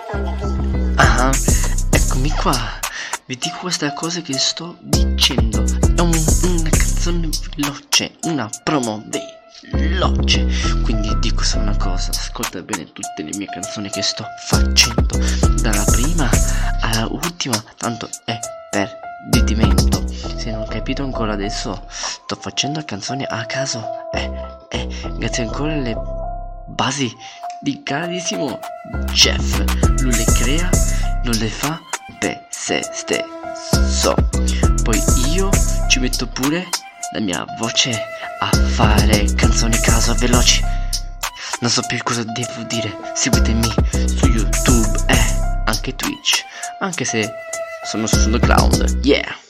Ah, eccomi qua. Vi dico questa cosa che sto dicendo. È una canzone veloce, una promo veloce. Quindi dico solo una cosa, ascolta bene tutte le mie canzoni che sto facendo, dalla prima alla ultima, tanto è per divertimento. Se non capito ancora adesso, sto facendo canzoni a caso. Grazie ancora alle basi di grandissimo Jeff. Lui le crea, non le fa per se stesso. Poi io ci metto pure la mia voce a fare canzoni a caso veloci. Non so più cosa devo dire. Seguitemi su YouTube e anche Twitch, anche se sono su SoundCloud. Yeah.